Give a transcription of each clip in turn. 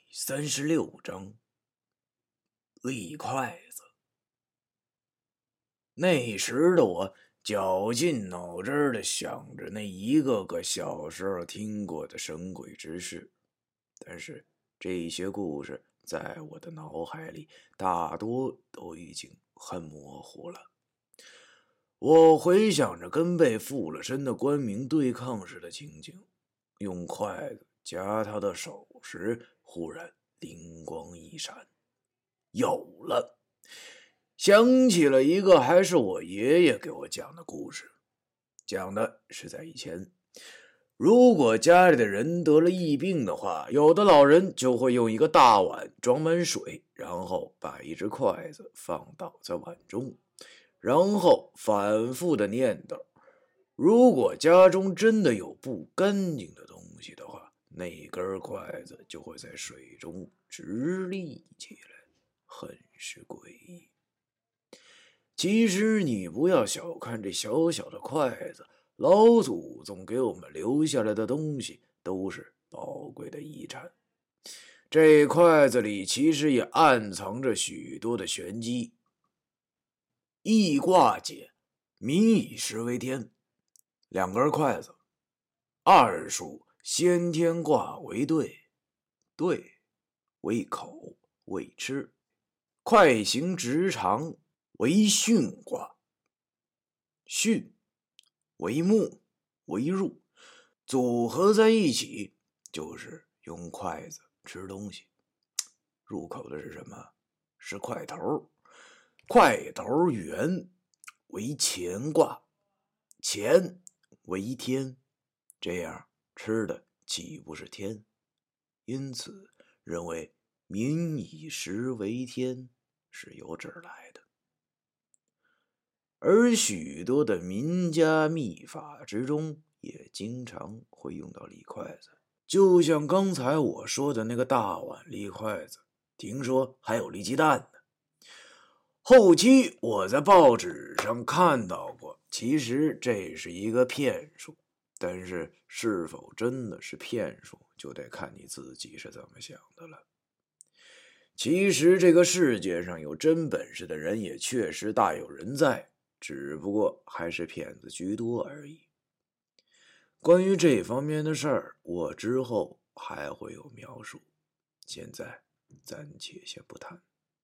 36章立筷子。那时的我绞尽脑汁的想着那一个个小时候听过的神鬼之事，但是这些故事在我的脑海里大多都已经很模糊了。我回想着跟被附了身的官民对抗时的情景，用筷子夹他的手时，忽然灵光一闪，有了！想起了一个还是我爷爷给我讲的故事，讲的是在以前，如果家里的人得了疫病的话，有的老人就会用一个大碗装满水，然后把一只筷子放倒在碗中，然后反复的念叨，如果家中真的有不干净的东西的话，那根筷子就会在水中直立起来，很是诡异。其实你不要小看这小小的筷子，老祖宗给我们留下来的东西都是宝贵的遗产。这筷子里其实也暗藏着许多的玄机。易卦解，民以食为天，两根筷子，二数先天卦为兑，兑为口为吃，快行直长为巽卦，巽为木为入，组合在一起就是用筷子吃东西。入口的是什么？是块头。块头圆为乾卦，乾为天，这样吃的岂不是天？因此认为民以食为天是有旨来的。而许多的民家秘法之中也经常会用到立筷子，就像刚才我说的那个大碗立筷子，听说还有立鸡蛋呢。后期我在报纸上看到过，其实这是一个骗术，但是是否真的是骗术，就得看你自己是怎么想的了。其实这个世界上有真本事的人也确实大有人在，只不过还是骗子居多而已。关于这方面的事儿，我之后还会有描述，现在暂且先不谈。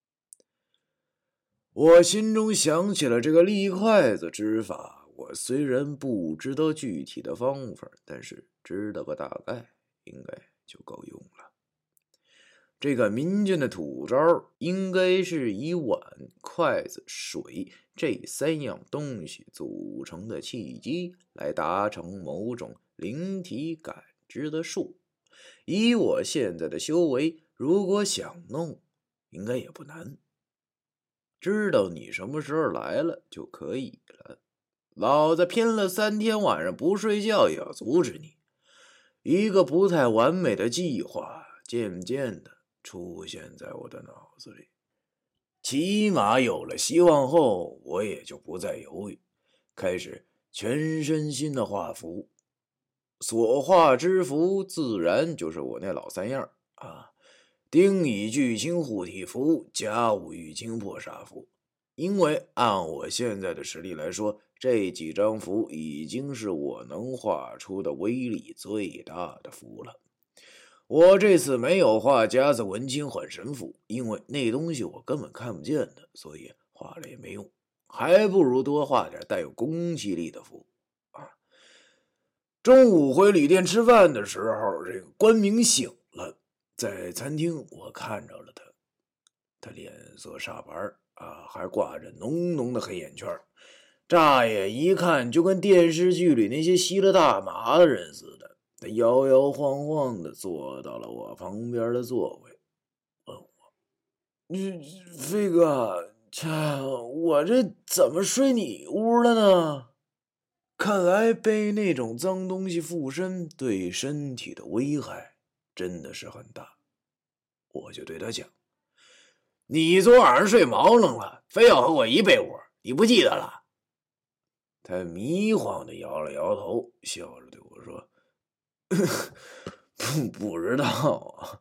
我心中想起了这个立筷子之法，我虽然不知道具体的方法，但是知道个大概，应该就够用了。这个民间的土招应该是以碗、筷子、水这三样东西组成的契机来达成某种灵体感知的术。以我现在的修为，如果想弄，应该也不难。知道你什么时候来了就可以了。老子拼了3天晚上不睡觉也要阻止你。一个不太完美的计划渐渐的出现在我的脑子里，起码有了希望后，我也就不再犹豫，开始全身心的画符。所画之符自然就是我那老三样啊，丁乙聚清护体符，甲午玉清破煞符。因为按我现在的实力来说，这几张符已经是我能画出的威力最大的符了。我这次没有画甲子文清缓神符，因为那东西我根本看不见的，所以画了也没用，还不如多画点带有攻击力的符啊。中午回旅店吃饭的时候，这个关明醒了，在餐厅我看着了他，他脸色煞白啊，还挂着浓浓的黑眼圈，乍眼一看就跟电视剧里那些吸了大麻的人似的。他摇摇晃晃的坐到了我旁边的座位，问我：“飞哥，我这怎么睡你屋了呢？”看来被那种脏东西附身对身体的危害真的是很大。我就对他讲：“你昨晚上睡毛愣了，非要和我一被窝，你不记得了？”他迷晃的摇了摇头，笑着对我说：“不知道啊，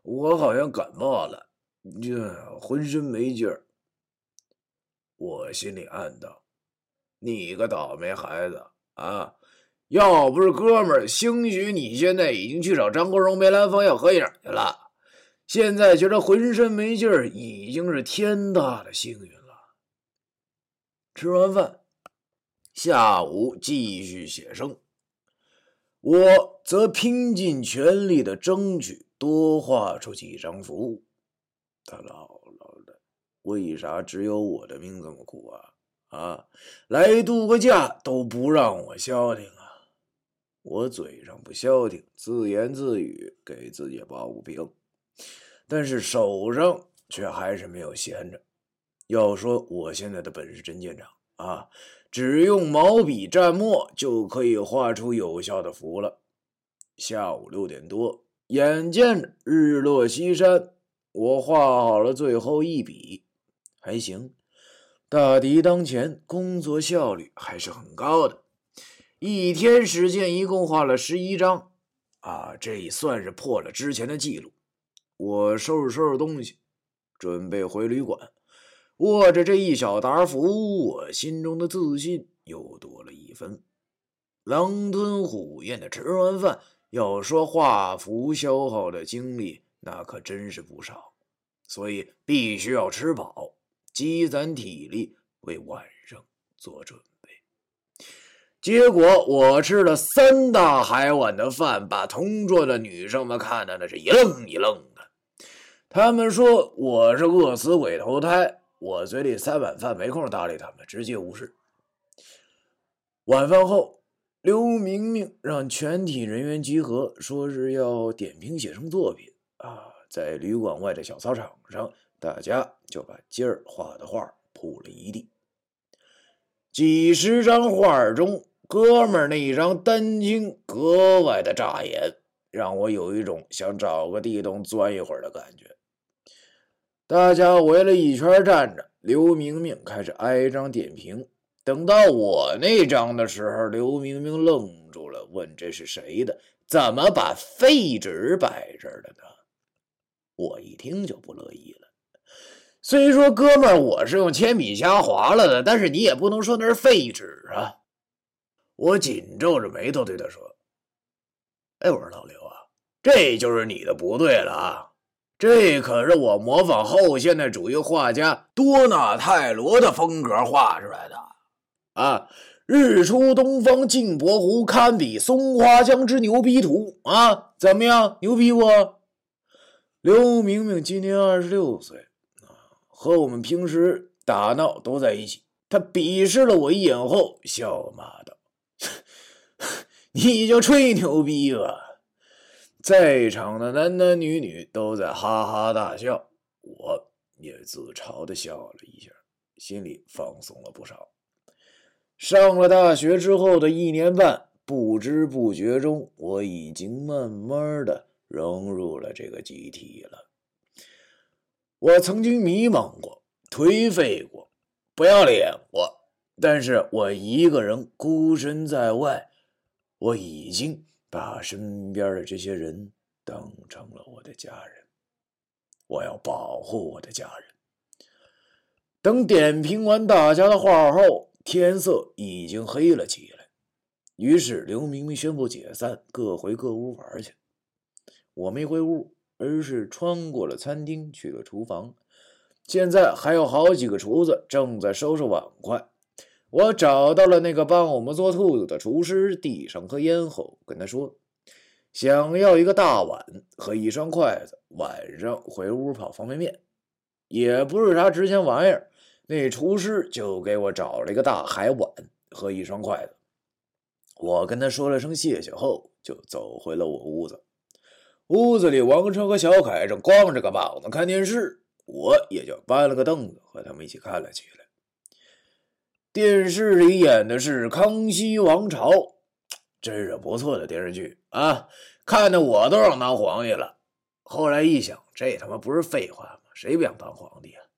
我好像感冒了，浑身没劲儿。我心里暗道：你个倒霉孩子啊！要不是哥们儿，兴许你现在已经去找张国荣、梅兰芳要合影去了。现在觉得浑身没劲儿，已经是天大的幸运了。吃完饭，下午继续写生。我则拼尽全力的争取多画出几张符。他姥姥的，为啥只有我的命这么苦啊？来度个假都不让我消停啊！我嘴上不消停，自言自语，给自己抱不平，但是手上却还是没有闲着。要说我现在的本事真见长啊！只用毛笔蘸墨就可以画出有效的符了。下午6点多，眼见着日落西山，我画好了最后一笔，还行，大敌当前，工作效率还是很高的。一天时间一共画了11张啊，这也算是破了之前的记录。我收拾东西，准备回旅馆。握着这一小沓符，我心中的自信又多了1分。狼吞虎咽的吃完饭，要说画符消耗的精力，那可真是不少，所以必须要吃饱，积攒体力，为晚上做准备。结果我吃了3大海碗的饭，把同桌的女生们看的那是一愣一愣的。他们说我是饿死鬼投胎，我嘴里3碗饭没空搭理他们，直接无视。晚饭后，刘明明让全体人员集合，说是要点评写生作品啊。在旅馆外的小操场上，大家就把今儿画的画铺了一地。几十张画中，哥们儿那一张丹青格外的扎眼，让我有一种想找个地洞钻一会儿的感觉。大家围了一圈站着，刘明明开始挨张点评。等到我那张的时候，刘明明愣住了，问这是谁的？怎么把废纸摆这儿了呢？我一听就不乐意了。虽说哥们儿我是用铅笔瞎划了的，但是你也不能说那是废纸啊。我紧皱着眉头对他说：我说老刘啊，这就是你的不对了啊。这可是我模仿后现代主义画家多纳泰罗的风格画出来的啊！日出东方镜泊湖，堪比松花江之牛逼图啊！怎么样，牛逼不？刘明明今年26岁和我们平时打闹都在一起。他鄙视了我一眼后，笑骂道：你就吹牛逼吧！在场的男男女女都在哈哈大笑，我也自嘲地笑了一下，心里放松了不少。上了大学之后的1年半，不知不觉中，我已经慢慢地融入了这个集体了。我曾经迷茫过，颓废过，不要脸过，但是我一个人孤身在外，我已经把身边的这些人当成了我的家人，我要保护我的家人。等点评完大家的画后，天色已经黑了起来，于是刘明明宣布解散，各回各屋玩去。我没回屋，而是穿过了餐厅去了厨房。现在还有好几个厨子正在收拾碗筷。我找到了那个帮我们做兔子的厨师，递上颗烟后跟他说，想要一个大碗和一双筷子，晚上回屋泡方便面。也不是啥值钱玩意儿，那厨师就给我找了一个大海碗和一双筷子。我跟他说了声谢谢后，就走回了我屋子。屋子里王成和小凯正光着个膀子看电视，我也就搬了个凳子和他们一起看了起来。电视里演的是《康熙王朝》，真是不错的电视剧啊，看得我都想当皇帝了。后来一想，这他妈不是废话吗？谁不想当皇帝啊？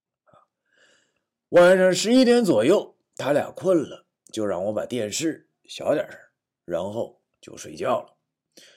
晚上11点左右，他俩困了，就让我把电视小点声，然后就睡觉了。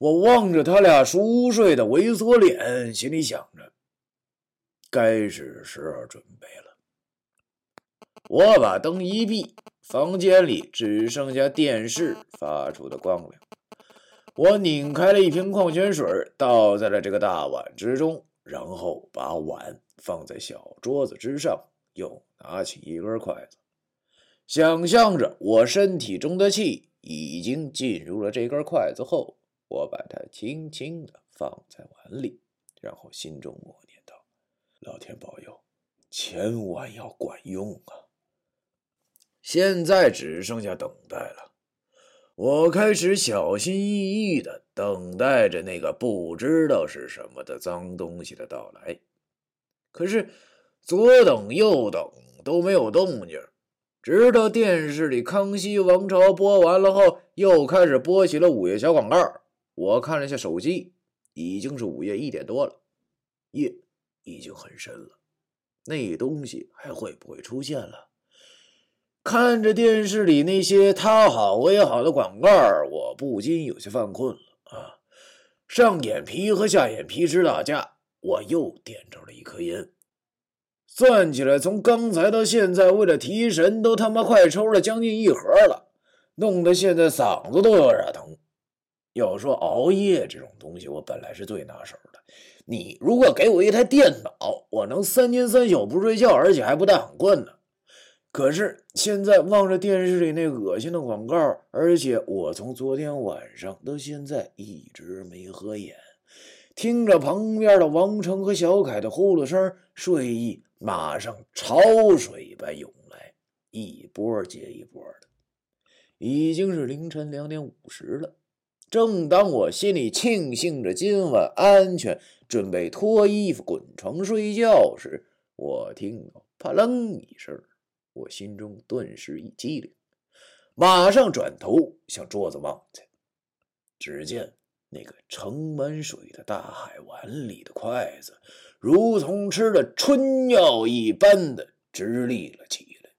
我望着他俩熟睡的猥琐脸，心里想着，该是时候准备了。我把灯一闭，房间里只剩下电视发出的光亮。我拧开了一瓶矿泉水，倒在了这个大碗之中，然后把碗放在小桌子之上，又拿起一根筷子，想象着我身体中的气已经进入了这根筷子后，我把它轻轻地放在碗里，然后心中默念道：老天保佑，千万要管用啊！现在只剩下等待了。我开始小心翼翼地等待着那个不知道是什么的脏东西的到来。可是左等右等都没有动静，直到电视里《康熙王朝》播完了后，又开始播起了午夜小广告。我看了下手机，已经是午夜1点多了，夜已经很深了，那东西还会不会出现了？看着电视里那些他好我也好的广告，我不禁有些犯困了啊！上眼皮和下眼皮直打架，我又点着了一颗烟。算起来，从刚才到现在，为了提神，都他妈快抽了将近1盒了，弄得现在嗓子都有点疼。要说熬夜这种东西，我本来是最拿手的。你如果给我一台电脑，我能3天3宿不睡觉，而且还不带很困呢。可是现在望着电视里那恶心的广告，而且我从昨天晚上到现在一直没合眼，听着旁边的王成和小凯的呼噜声，睡意马上潮水般涌来，一波接一波的。已经是凌晨2点50了。正当我心里庆幸着今晚安全，准备脱衣服滚床睡觉时，我听到啪楞一声，我心中顿时一激灵，马上转头向桌子望去，只见那个盛满水的大海碗里的筷子如同吃了春药一般的直立了起来。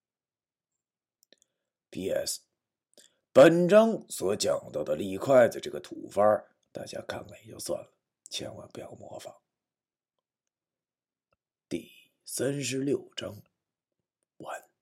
PS， 本章所讲到的立筷子这个土法，大家看看也就算了，千万不要模仿。第36章完。